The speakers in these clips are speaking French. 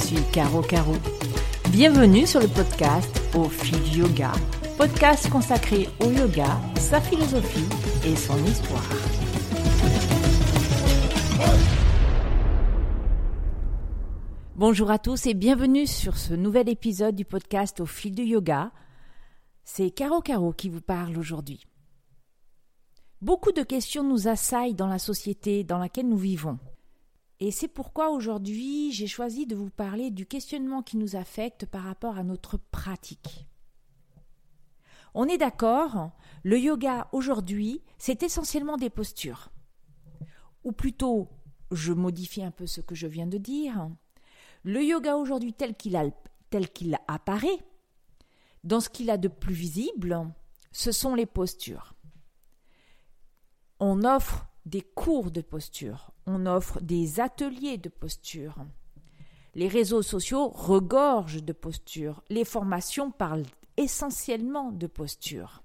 suis Caro Caro. Bienvenue sur le podcast Au fil du yoga, podcast consacré au yoga, sa philosophie et son histoire. Bonjour à tous et bienvenue sur ce nouvel épisode du podcast Au fil du yoga. C'est Caro Caro qui vous parle aujourd'hui. Beaucoup de questions nous assaillent dans la société dans laquelle nous vivons. Et c'est pourquoi aujourd'hui, j'ai choisi de vous parler du questionnement qui nous affecte par rapport à notre pratique. On est d'accord, le yoga aujourd'hui, c'est essentiellement des postures. Ou plutôt, je modifie un peu ce que je viens de dire. Le yoga aujourd'hui tel qu'il apparaît, dans ce qu'il a de plus visible, ce sont les postures. On offre des cours de posture, on offre des ateliers de posture. Les réseaux sociaux regorgent de postures, les formations parlent essentiellement de posture.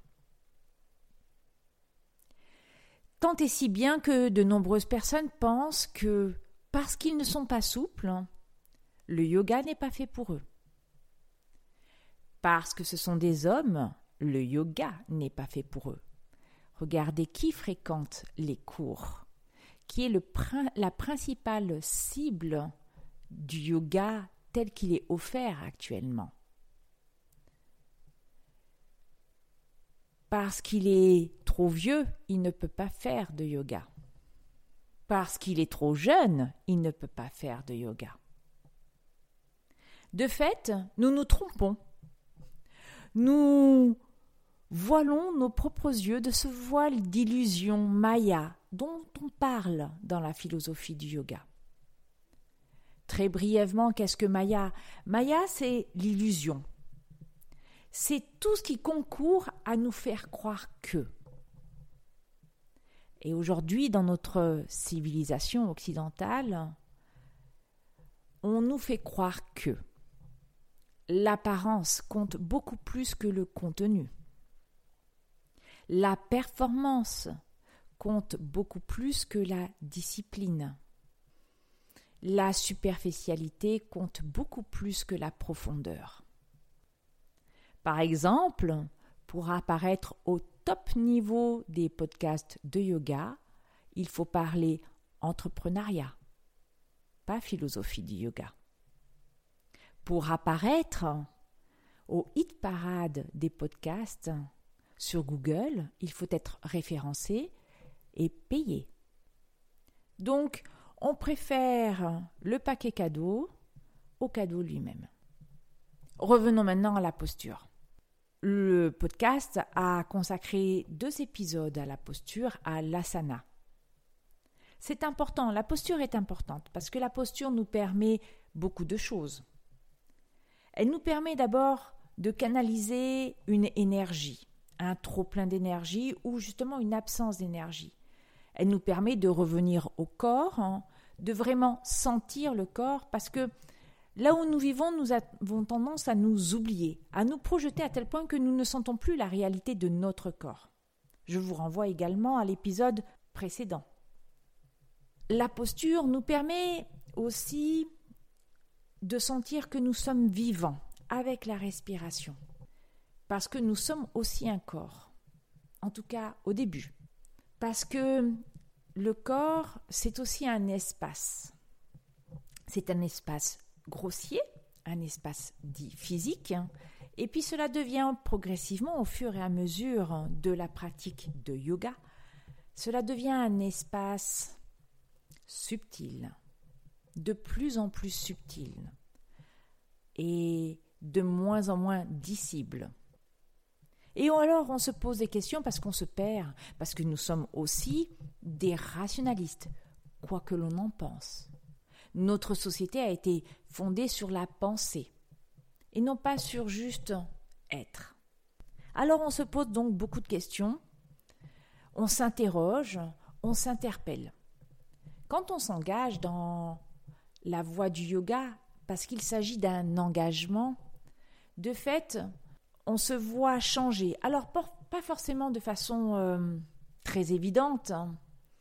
Tant et si bien que de nombreuses personnes pensent que parce qu'ils ne sont pas souples, le yoga n'est pas fait pour eux. Parce que ce sont des hommes, le yoga n'est pas fait pour eux. Regardez qui fréquente les cours, qui est la principale cible du yoga tel qu'il est offert actuellement. Parce qu'il est trop vieux, il ne peut pas faire de yoga. Parce qu'il est trop jeune, il ne peut pas faire de yoga. De fait, nous nous trompons. Nous voilons nos propres yeux de ce voile d'illusion maya dont on parle dans la philosophie du yoga. Très brièvement, qu'est-ce que maya ? Maya, c'est l'illusion. C'est tout ce qui concourt à nous faire croire que. Et aujourd'hui, dans notre civilisation occidentale, on nous fait croire que l'apparence compte beaucoup plus que le contenu. La performance compte beaucoup plus que la discipline. La superficialité compte beaucoup plus que la profondeur. Par exemple, pour apparaître au top niveau des podcasts de yoga, il faut parler entrepreneuriat, pas philosophie du yoga. Pour apparaître au hit parade des podcasts sur Google, il faut être référencé et payé. Donc, on préfère le paquet cadeau au cadeau lui-même. Revenons maintenant à la posture. Le podcast a consacré 2 épisodes à la posture, à l'asana. C'est important, la posture est importante parce que la posture nous permet beaucoup de choses. Elle nous permet d'abord de canaliser une énergie, un trop-plein d'énergie ou justement une absence d'énergie. Elle nous permet de revenir au corps, de vraiment sentir le corps parce que là où nous vivons, nous avons tendance à nous oublier, à nous projeter à tel point que nous ne sentons plus la réalité de notre corps. Je vous renvoie également à l'épisode précédent. La posture nous permet aussi de sentir que nous sommes vivants avec la respiration, parce que nous sommes aussi un corps, en tout cas au début, parce que le corps, c'est aussi un espace. C'est un espace grossier, un espace dit physique, et puis cela devient progressivement, au fur et à mesure de la pratique de yoga, cela devient un espace subtil, de plus en plus subtil et de moins en moins dissible. Et alors on se pose des questions parce qu'on se perd, parce que nous sommes aussi des rationalistes, quoi que l'on en pense. Notre société a été fondée sur la pensée et non pas sur juste être. Alors on se pose donc beaucoup de questions, on s'interroge, on s'interpelle. Quand on s'engage dans la voie du yoga, parce qu'il s'agit d'un engagement, de fait, on se voit changer. Alors, pas forcément de façon très évidente.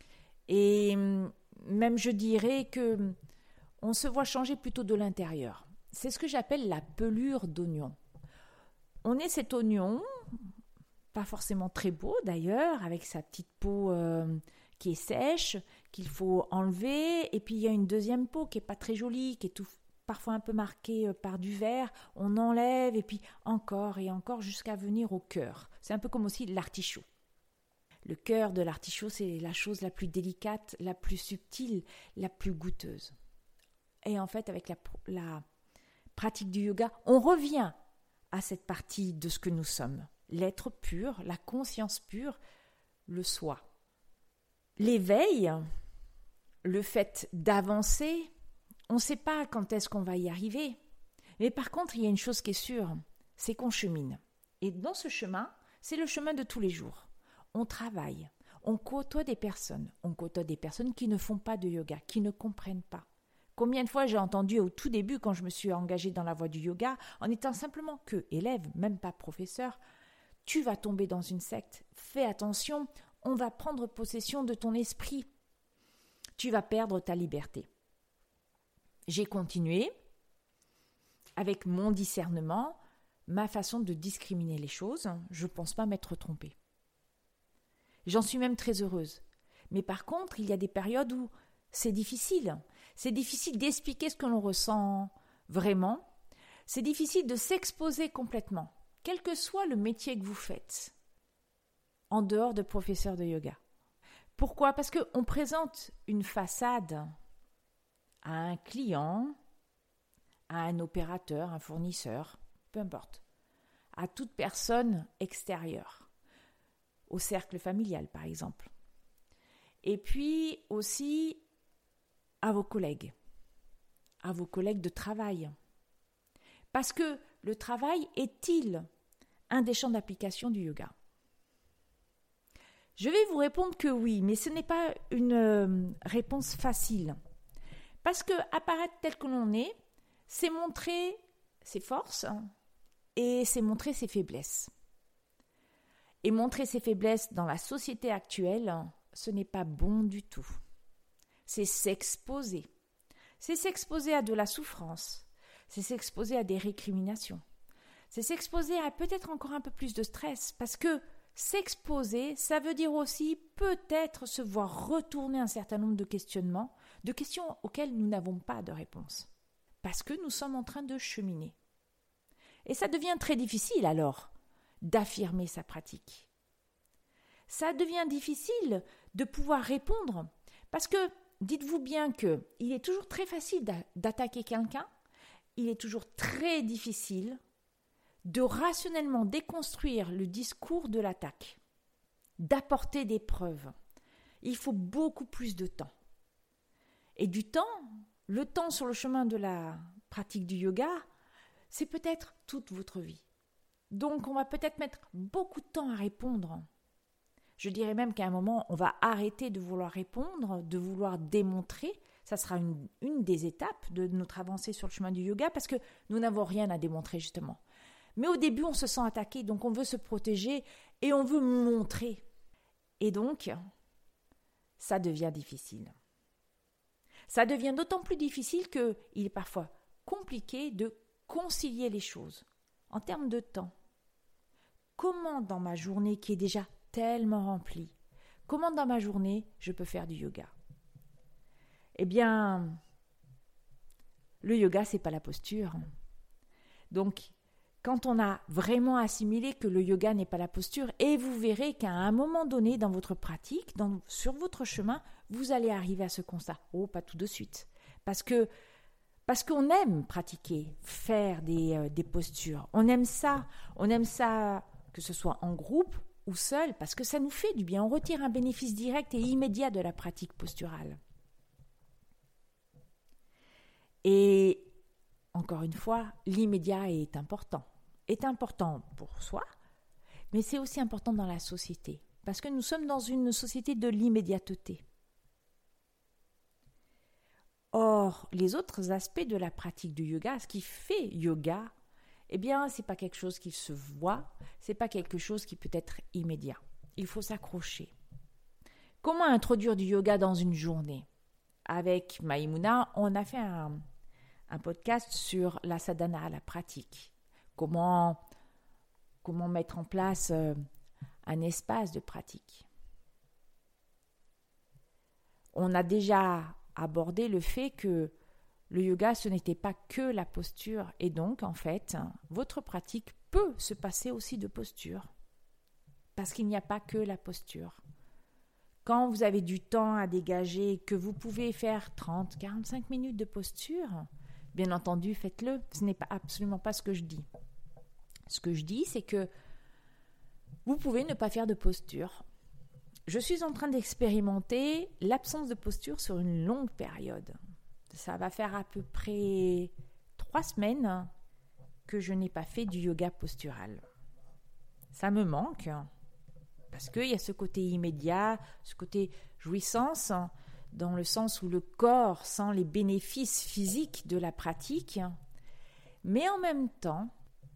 Et même, je dirais que on se voit changer plutôt de l'intérieur. c'est ce que j'appelle la pelure d'oignon. On est cet oignon, pas forcément très beau d'ailleurs, avec sa petite peau qui est sèche, qu'il faut enlever, et puis il y a une deuxième peau qui est pas très jolie, qui est tout, parfois un peu marquée par du vert, on enlève, et puis encore et encore jusqu'à venir au cœur. C'est un peu comme aussi l'artichaut. Le cœur de l'artichaut, c'est la chose la plus délicate, la plus subtile, la plus goûteuse. Et en fait, avec la pratique du yoga, on revient à cette partie de ce que nous sommes. L'être pur, la conscience pure, le soi. L'éveil, le fait d'avancer, on ne sait pas quand est-ce qu'on va y arriver. Mais par contre, il y a une chose qui est sûre, c'est qu'on chemine. Et dans ce chemin, c'est le chemin de tous les jours. On travaille, on côtoie des personnes qui ne font pas de yoga, qui ne comprennent pas. Combien de fois j'ai entendu au tout début, quand je me suis engagée dans la voie du yoga, en étant simplement que élève, même pas professeur, tu vas tomber dans une secte, fais attention, on va prendre possession de ton esprit, tu vas perdre ta liberté. J'ai continué avec mon discernement, ma façon de discriminer les choses, je ne pense pas m'être trompée. J'en suis même très heureuse. Mais par contre, il y a des périodes où c'est difficile. C'est difficile d'expliquer ce que l'on ressent vraiment. C'est difficile de s'exposer complètement, quel que soit le métier que vous faites, en dehors de professeur de yoga. Pourquoi ? Parce qu'on présente une façade à un client, à un opérateur, un fournisseur, peu importe, à toute personne extérieure. Au cercle familial, par exemple. Et puis aussi à vos collègues de travail. Parce que le travail est-il un des champs d'application du yoga ? Je vais vous répondre que oui, mais ce n'est pas une réponse facile. Parce que apparaître tel que l'on est, c'est montrer ses forces et c'est montrer ses faiblesses. Et montrer ses faiblesses dans la société actuelle, ce n'est pas bon du tout. C'est s'exposer. C'est s'exposer à de la souffrance. C'est s'exposer à des récriminations. C'est s'exposer à peut-être encore un peu plus de stress. Parce que s'exposer, ça veut dire aussi peut-être se voir retourner un certain nombre de questionnements, de questions auxquelles nous n'avons pas de réponse. Parce que nous sommes en train de cheminer. Et ça devient très difficile alors d'affirmer sa pratique. Ça devient difficile de pouvoir répondre parce que dites-vous bien qu'il est toujours très facile d'attaquer quelqu'un, il est toujours très difficile de rationnellement déconstruire le discours de l'attaque, d'apporter des preuves. Il faut beaucoup plus de temps. Et du temps, le temps sur le chemin de la pratique du yoga, c'est peut-être toute votre vie. Donc, on va peut-être mettre beaucoup de temps à répondre. Je dirais même qu'à un moment, on va arrêter de vouloir répondre, de vouloir démontrer. Ça sera une des étapes de notre avancée sur le chemin du yoga parce que nous n'avons rien à démontrer justement. Mais au début, on se sent attaqué, donc on veut se protéger et on veut montrer. Et donc, ça devient difficile. Ça devient d'autant plus difficile qu'il est parfois compliqué de concilier les choses en termes de temps. Comment dans ma journée qui est déjà tellement remplie, comment dans ma journée je peux faire du yoga ? Eh bien, le yoga, c'est pas la posture. Donc, quand on a vraiment assimilé que le yoga n'est pas la posture, et vous verrez qu'à un moment donné dans votre pratique, sur votre chemin, vous allez arriver à ce constat. Oh, pas tout de suite. Parce qu'on aime pratiquer, faire des postures. On aime ça que ce soit en groupe ou seul, parce que ça nous fait du bien. On retire un bénéfice direct et immédiat de la pratique posturale. Et encore une fois, l'immédiat est important pour soi, mais c'est aussi important dans la société, parce que nous sommes dans une société de l'immédiateté. Or, les autres aspects de la pratique du yoga, ce qui fait yoga, eh bien, c'est pas quelque chose qui se voit, c'est pas quelque chose qui peut être immédiat. Il faut s'accrocher. Comment introduire du yoga dans une journée ? Avec Maïmouna, on a fait un podcast sur la sadhana, la pratique. Comment mettre en place un espace de pratique. On a déjà abordé le fait que le yoga, ce n'était pas que la posture. Et donc, en fait, votre pratique peut se passer aussi de posture. Parce qu'il n'y a pas que la posture. Quand vous avez du temps à dégager, que vous pouvez faire 30, 45 minutes de posture, bien entendu, faites-le. Ce n'est absolument pas ce que je dis. Ce que je dis, c'est que vous pouvez ne pas faire de posture. Je suis en train d'expérimenter l'absence de posture sur une longue période. Ça va faire à peu près 3 semaines que je n'ai pas fait du yoga postural. Ça me manque parce qu'il y a ce côté immédiat, ce côté jouissance, dans le sens où le corps sent les bénéfices physiques de la pratique. Mais en même temps,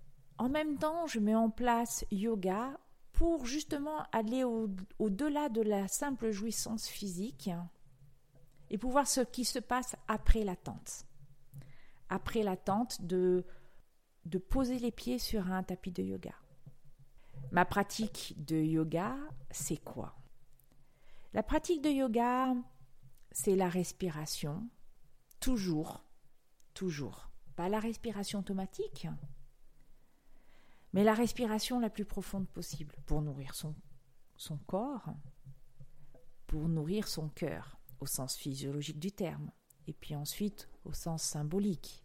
je mets en place yoga pour justement aller au-delà de la simple jouissance physique et pour voir ce qui se passe après l'attente. Après l'attente de poser les pieds sur un tapis de yoga. Ma pratique de yoga, c'est quoi? La pratique de yoga, c'est la respiration, toujours. Pas la respiration automatique, mais la respiration la plus profonde possible pour nourrir son corps, pour nourrir son cœur, au sens physiologique du terme, et puis ensuite au sens symbolique.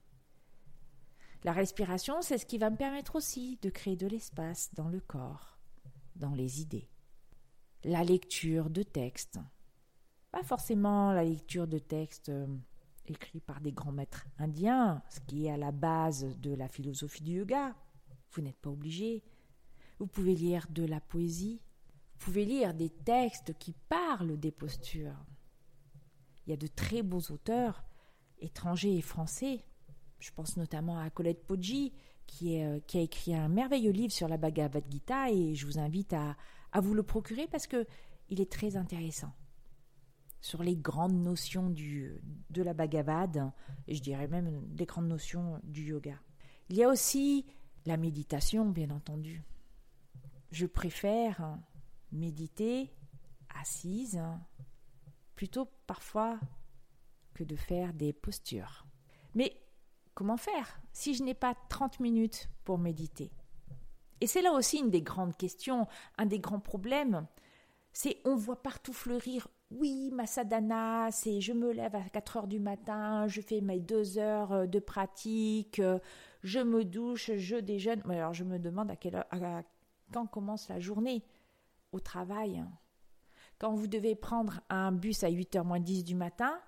La respiration, c'est ce qui va me permettre aussi de créer de l'espace dans le corps, dans les idées. La lecture de textes, pas forcément la lecture de textes écrits par des grands maîtres indiens, ce qui est à la base de la philosophie du yoga. Vous n'êtes pas obligé. Vous pouvez lire de la poésie, vous pouvez lire des textes qui parlent des postures. Il y a de très beaux auteurs, étrangers et français. Je pense notamment à Colette Poggi, qui a écrit un merveilleux livre sur la Bhagavad Gita, et je vous invite à vous le procurer parce qu'il est très intéressant. Sur les grandes notions de la Bhagavad, et je dirais même des grandes notions du yoga. Il y a aussi la méditation, bien entendu. Je préfère méditer assise, plutôt parfois que de faire des postures. Mais comment faire si je n'ai pas 30 minutes pour méditer? Et c'est là aussi une des grandes questions, un des grands problèmes. C'est on voit partout fleurir, oui, ma sadhana, c'est je me lève à 4 heures du matin, je fais mes 2 heures de pratique, je me douche, je déjeune. Mais alors je me demande quand commence la journée au travail. Quand vous devez prendre un bus à 8h moins 10 du matin,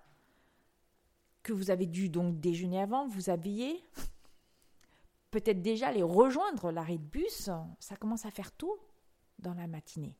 que vous avez dû donc déjeuner avant, vous habiller, peut-être déjà aller rejoindre l'arrêt de bus, ça commence à faire tôt dans la matinée.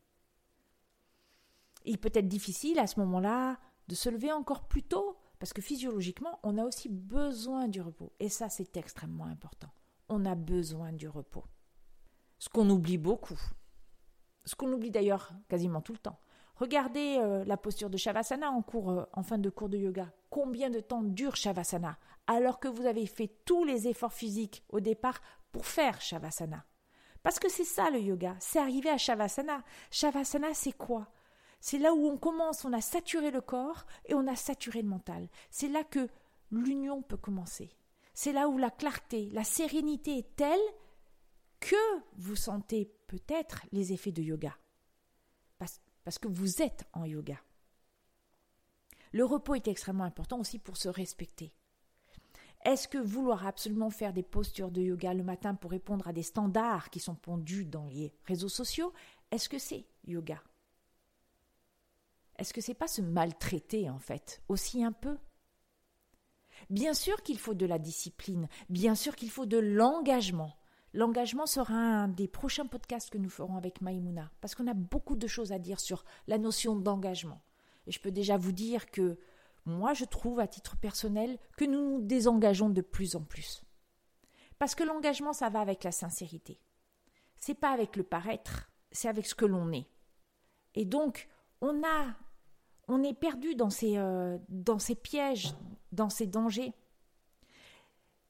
Il peut être difficile à ce moment-là de se lever encore plus tôt, parce que physiologiquement, on a aussi besoin du repos. Et ça, c'est extrêmement important. On a besoin du repos. Ce qu'on oublie beaucoup. Ce qu'on oublie d'ailleurs quasiment tout le temps. Regardez la posture de Shavasana en fin de cours de yoga. Combien de temps dure Shavasana alors que vous avez fait tous les efforts physiques au départ pour faire Shavasana? Parce que c'est ça le yoga, c'est arriver à Shavasana. Shavasana, c'est quoi? C'est là où on a saturé le corps et on a saturé le mental. C'est là que l'union peut commencer. C'est là où la clarté, la sérénité est telle que vous sentez peut-être les effets de yoga. Parce que vous êtes en yoga. Le repos est extrêmement important aussi pour se respecter. Est-ce que vouloir absolument faire des postures de yoga le matin pour répondre à des standards qui sont pondus dans les réseaux sociaux, est-ce que c'est yoga? Est-ce que c'est pas se maltraiter en fait, aussi un peu? Bien sûr qu'il faut de la discipline, bien sûr qu'il faut de l'engagement. L'engagement sera un des prochains podcasts que nous ferons avec Maïmouna, parce qu'on a beaucoup de choses à dire sur la notion d'engagement. Et je peux déjà vous dire que moi, je trouve à titre personnel que nous nous désengageons de plus en plus. Parce que l'engagement, ça va avec la sincérité. C'est pas avec le paraître, c'est avec ce que l'on est. Et donc, on est perdu dans ces pièges, dans ces dangers.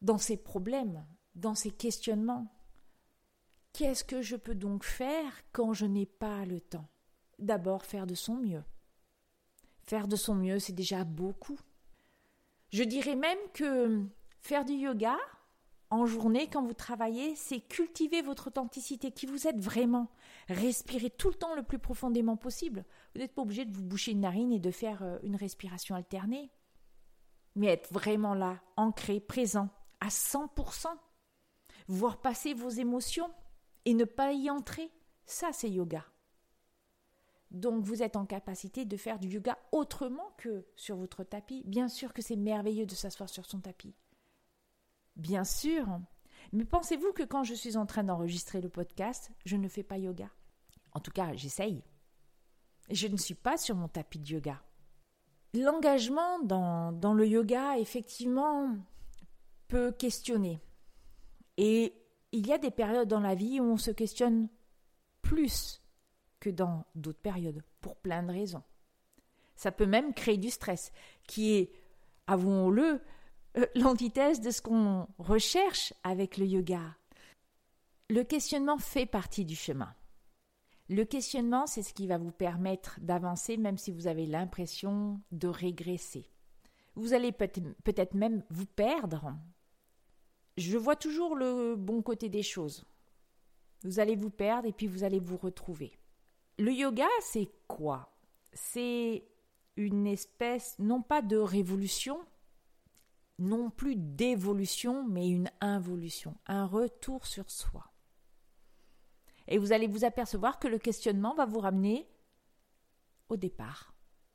dans ses problèmes, dans ses questionnements. Qu'est-ce que je peux donc faire quand je n'ai pas le temps ? D'abord, faire de son mieux. Faire de son mieux, c'est déjà beaucoup. Je dirais même que faire du yoga en journée, quand vous travaillez, c'est cultiver votre authenticité, qui vous êtes vraiment. Respirez tout le temps le plus profondément possible. Vous n'êtes pas obligé de vous boucher une narine et de faire une respiration alternée. Mais être vraiment là, ancré, présent, à 100%. Voir passer vos émotions et ne pas y entrer. Ça, c'est yoga. Donc, vous êtes en capacité de faire du yoga autrement que sur votre tapis. Bien sûr que c'est merveilleux de s'asseoir sur son tapis. Bien sûr. Mais pensez-vous que quand je suis en train d'enregistrer le podcast, je ne fais pas yoga ? En tout cas, j'essaye. Je ne suis pas sur mon tapis de yoga. L'engagement dans le yoga, effectivement, peut questionner. Et il y a des périodes dans la vie où on se questionne plus que dans d'autres périodes, pour plein de raisons. Ça peut même créer du stress, qui est, avouons-le, l'antithèse de ce qu'on recherche avec le yoga. Le questionnement fait partie du chemin. Le questionnement, c'est ce qui va vous permettre d'avancer, même si vous avez l'impression de régresser. Vous allez peut-être même vous perdre. Je vois toujours le bon côté des choses. Vous allez vous perdre et puis vous allez vous retrouver. Le yoga, c'est quoi ? C'est une espèce, non pas de révolution, non plus d'évolution, mais une involution, un retour sur soi. Et vous allez vous apercevoir que le questionnement va vous ramener au départ.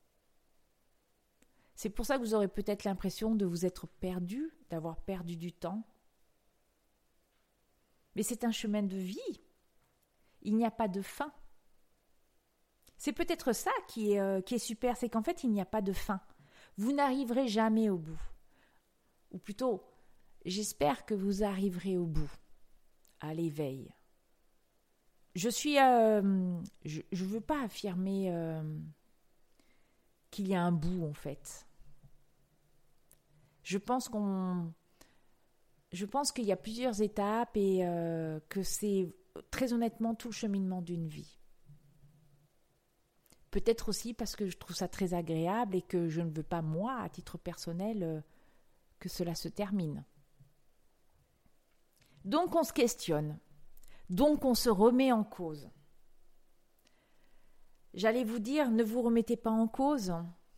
C'est pour ça que vous aurez peut-être l'impression de vous être perdu, d'avoir perdu du temps. Mais c'est un chemin de vie. Il n'y a pas de fin. C'est peut-être ça qui est super, c'est qu'en fait, il n'y a pas de fin. Vous n'arriverez jamais au bout. Ou plutôt, j'espère que vous arriverez au bout, à l'éveil. Je veux pas affirmer qu'il y a un bout, en fait. Je pense qu'il y a plusieurs étapes et que c'est très honnêtement tout le cheminement d'une vie. Peut-être aussi parce que je trouve ça très agréable et que je ne veux pas, moi, à titre personnel, que cela se termine. Donc on se questionne. Donc on se remet en cause. J'allais vous dire, ne vous remettez pas en cause.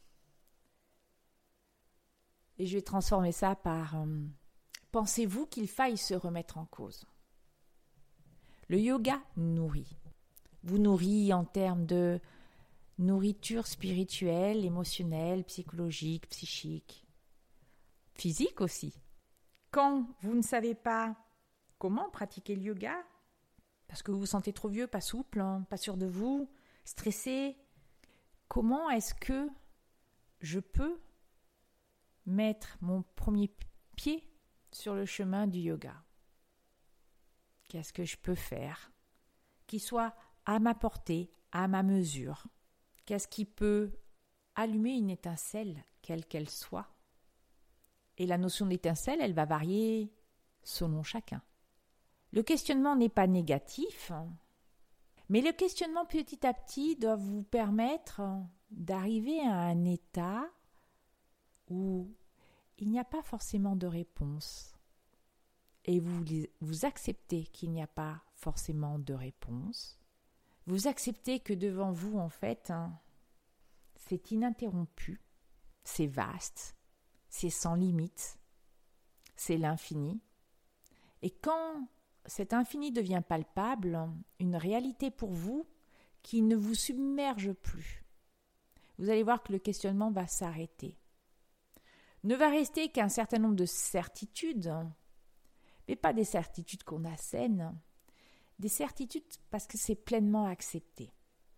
Et je vais transformer ça par pensez-vous qu'il faille se remettre en cause ? Le yoga nourrit. Vous nourrit en termes de nourriture spirituelle, émotionnelle, psychologique, psychique, physique aussi. Quand vous ne savez pas comment pratiquer le yoga, parce que vous vous sentez trop vieux, pas souple, pas sûr de vous, stressé, comment est-ce que je peux mettre mon premier pied sur le chemin du yoga ? Qu'est-ce que je peux faire qui soit à ma portée, à ma mesure ? Qu'est-ce qui peut allumer une étincelle, quelle qu'elle soit ? Et la notion d'étincelle, elle va varier selon chacun. Le questionnement n'est pas négatif, mais le questionnement petit à petit doit vous permettre d'arriver à un état où il n'y a pas forcément de réponse. Et vous acceptez qu'il n'y a pas forcément de réponse. Vous acceptez que devant vous, en fait, c'est ininterrompu, c'est vaste, c'est sans limite, c'est l'infini. Et quand cet infini devient palpable, une réalité pour vous qui ne vous submerge plus, vous allez voir que le questionnement va s'arrêter. Ne va rester qu'un certain nombre de certitudes, mais pas des certitudes qu'on assène, des certitudes parce que c'est pleinement accepté.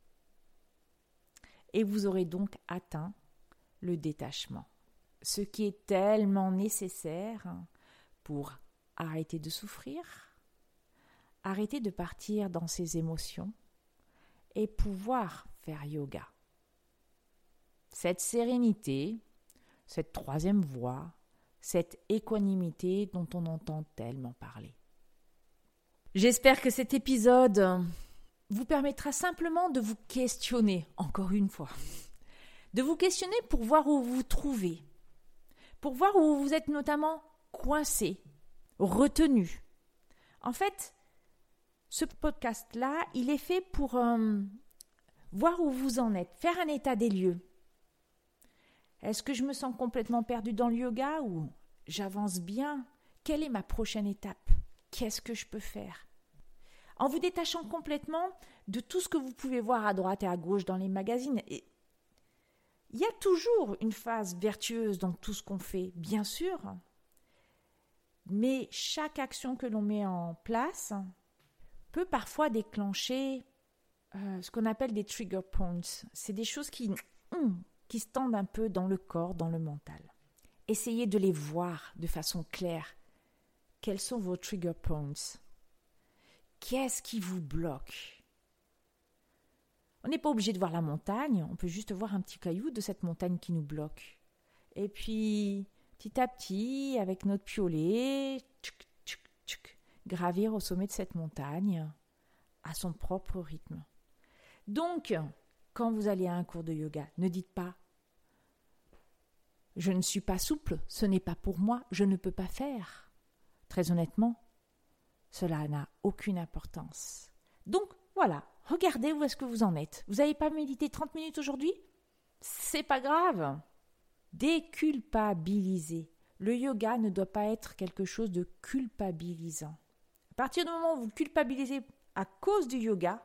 Et vous aurez donc atteint le détachement, ce qui est tellement nécessaire pour arrêter de souffrir, arrêter de partir dans ses émotions et pouvoir faire yoga. Cette sérénité, cette troisième voie, cette équanimité dont on entend tellement parler. J'espère que cet épisode vous permettra simplement de vous questionner, encore une fois, de vous questionner pour voir où vous vous trouvez, pour voir où vous êtes notamment coincé, retenu. En fait, ce podcast-là, il est fait pour voir où vous en êtes, faire un état des lieux. Est-ce que je me sens complètement perdue dans le yoga ou j'avance bien? Quelle est ma prochaine étape? Qu'est-ce que je peux faire? En vous détachant complètement de tout ce que vous pouvez voir à droite et à gauche dans les magazines. Et il y a toujours une phase vertueuse dans tout ce qu'on fait, bien sûr, mais chaque action que l'on met en place peut parfois déclencher ce qu'on appelle des trigger points. C'est des choses qui se tendent un peu dans le corps, dans le mental. Essayez de les voir de façon claire. Quels sont vos trigger points? Qu'est-ce qui vous bloque? On n'est pas obligé de voir la montagne, on peut juste voir un petit caillou de cette montagne qui nous bloque. Et puis, petit à petit, avec notre piolet, gravir au sommet de cette montagne à son propre rythme. Donc, quand vous allez à un cours de yoga, ne dites pas « Je ne suis pas souple, ce n'est pas pour moi, je ne peux pas faire ». Très honnêtement, cela n'a aucune importance. Donc, voilà, regardez où est-ce que vous en êtes. Vous n'avez pas médité 30 minutes aujourd'hui? C'est pas grave. Déculpabilisez. Le yoga ne doit pas être quelque chose de culpabilisant. À partir du moment où vous culpabilisez à cause du yoga,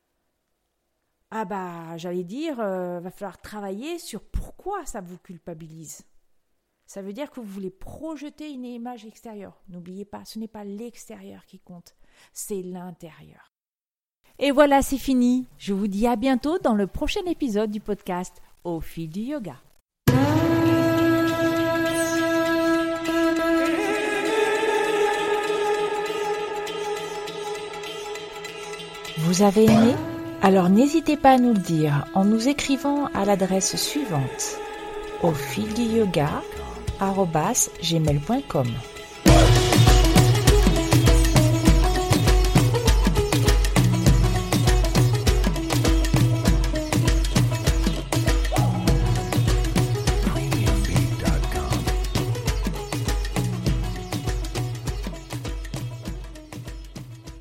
j'allais dire, va falloir travailler sur pourquoi ça vous culpabilise. Ça veut dire que vous voulez projeter une image extérieure. N'oubliez pas, ce n'est pas l'extérieur qui compte, c'est l'intérieur. Et voilà, c'est fini. Je vous dis à bientôt dans le prochain épisode du podcast Au fil du yoga. Vous avez aimé? Alors n'hésitez pas à nous le dire en nous écrivant à l'adresse suivante: aufilduyoga@gmail.com.